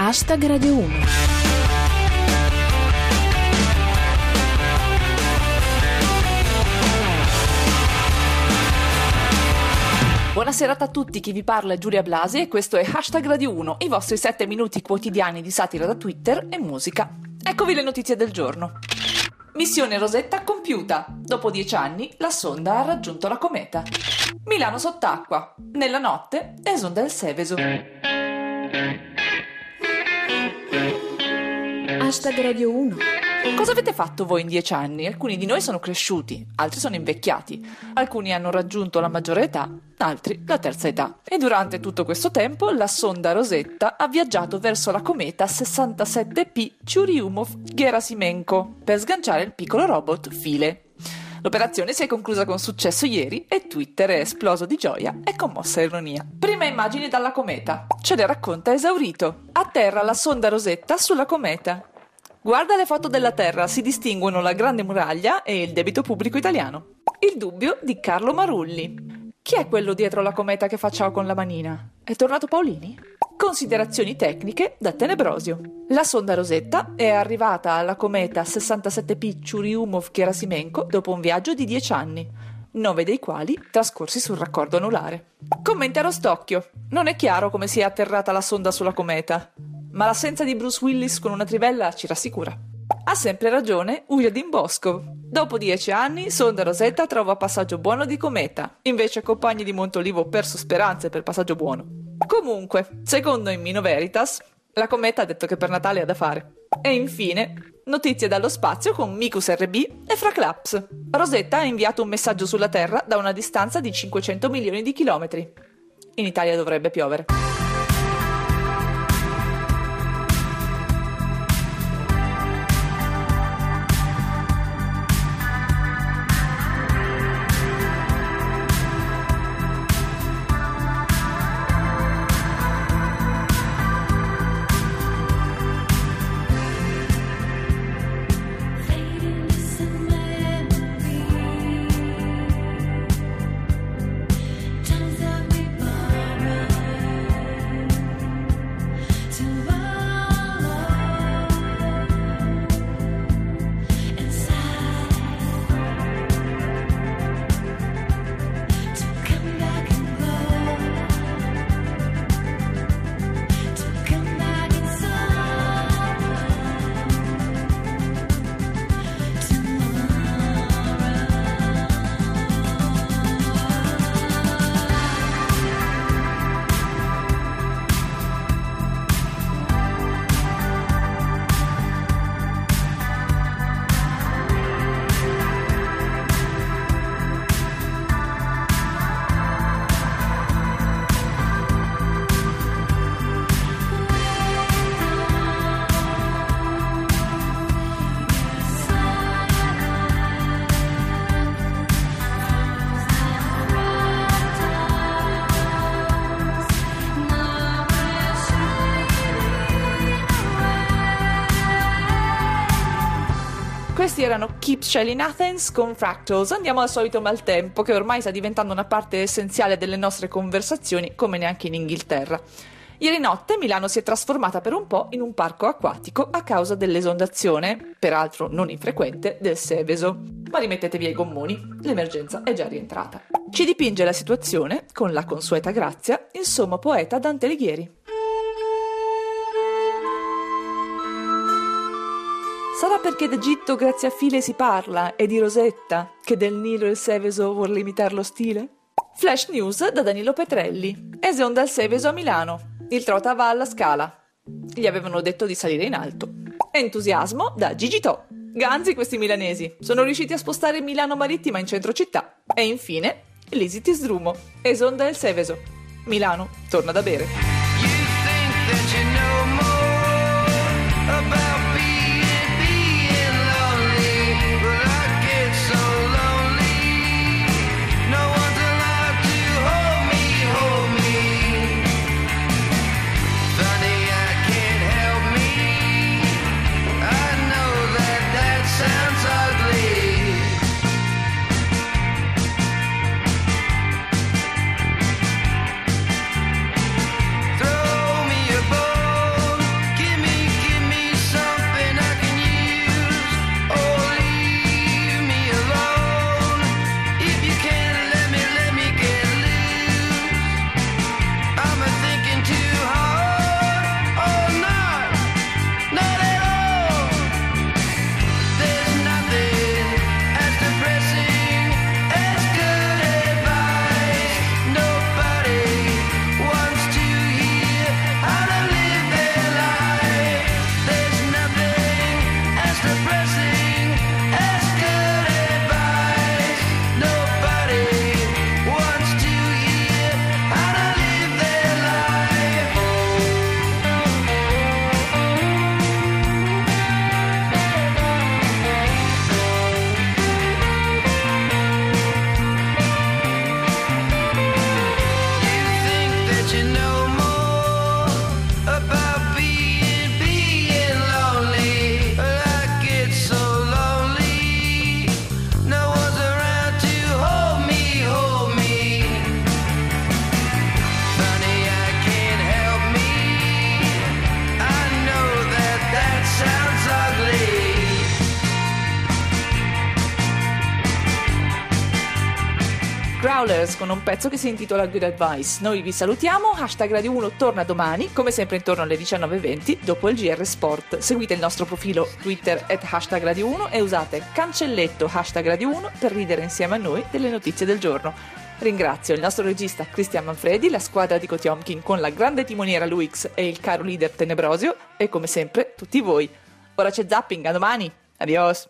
Hashtag Radio 1. Buona serata a tutti, chi vi parla è Giulia Blasi e questo è Hashtag Radio 1, i vostri 7 minuti quotidiani di satira da Twitter e musica. Eccovi le notizie del giorno. Missione Rosetta compiuta. Dopo 10 anni la sonda ha raggiunto la cometa. Milano sott'acqua. Nella notte esonda il Seveso. Hashtag Radio 1. Cosa avete fatto voi in 10 anni? Alcuni di noi sono cresciuti, altri sono invecchiati, alcuni hanno raggiunto la maggiore età, altri la terza età. E durante tutto questo tempo la sonda Rosetta ha viaggiato verso la cometa 67P Churyumov-Gerasimenko per sganciare il piccolo robot Philae. L'operazione si è conclusa con successo ieri e Twitter è esploso di gioia e commossa ironia. Prime immagini dalla cometa. Ce le racconta Esaurito. Atterra la sonda Rosetta sulla cometa. Guarda le foto della Terra, si distinguono la Grande Muraglia e il debito pubblico italiano. Il dubbio di Carlo Marulli. Chi è quello dietro la cometa che fa ciao con la manina? È tornato Paolini? Considerazioni tecniche da Tenebrosio. La sonda Rosetta è arrivata alla cometa 67P Churyumov-Gerasimenko dopo un viaggio di 10 anni, 9 dei quali trascorsi sul raccordo anulare. Commenta Rostocchio. Non è chiaro come sia atterrata la sonda sulla cometa, ma l'assenza di Bruce Willis con una trivella ci rassicura. Ha sempre ragione Uljadin Boskov. Dopo 10 anni, sonda Rosetta trova passaggio buono di cometa, invece compagni di Montolivo perso speranze per passaggio buono. Comunque, secondo Immino Veritas, la cometa ha detto che per Natale ha da fare. E infine, notizie dallo spazio con Micus RB e Fraclaps. Rosetta ha inviato un messaggio sulla Terra da una distanza di 500 milioni di chilometri. In Italia dovrebbe piovere. Questi erano Keep Shell in Athens con Fractals. Andiamo al solito maltempo, che ormai sta diventando una parte essenziale delle nostre conversazioni, come neanche in Inghilterra. Ieri notte Milano si è trasformata per un po' in un parco acquatico a causa dell'esondazione, peraltro non infrequente, del Seveso. Ma rimettetevi ai gommoni, l'emergenza è già rientrata. Ci dipinge la situazione, con la consueta grazia, il sommo poeta Dante Alighieri. Sarà perché d'Egitto grazie a Philae si parla e di Rosetta, che del Nilo il Seveso vuol limitare lo stile? Flash news da Danilo Petrelli. Esonda il Seveso a Milano. Il Trota va alla Scala. Gli avevano detto di salire in alto. Entusiasmo da Gigi To. Ganzi questi milanesi. Sono riusciti a spostare Milano Marittima in centro città. E infine, l'Isitis Drumo. Esonda il Seveso. Milano torna da bere. Growlers con un pezzo che si intitola Good Advice. Noi vi salutiamo, Hashtag Radio 1 torna domani, come sempre intorno alle 19:20 dopo il GR Sport. Seguite il nostro profilo Twitter @Hashtag Radio 1 e usate cancelletto Hashtag Radio 1 per ridere insieme a noi delle notizie del giorno. Ringrazio il nostro regista Cristian Manfredi, la squadra di Kotiomkin con la grande timoniera Luix e il caro leader Tenebrosio e come sempre tutti voi. Ora c'è zapping, a domani, adios!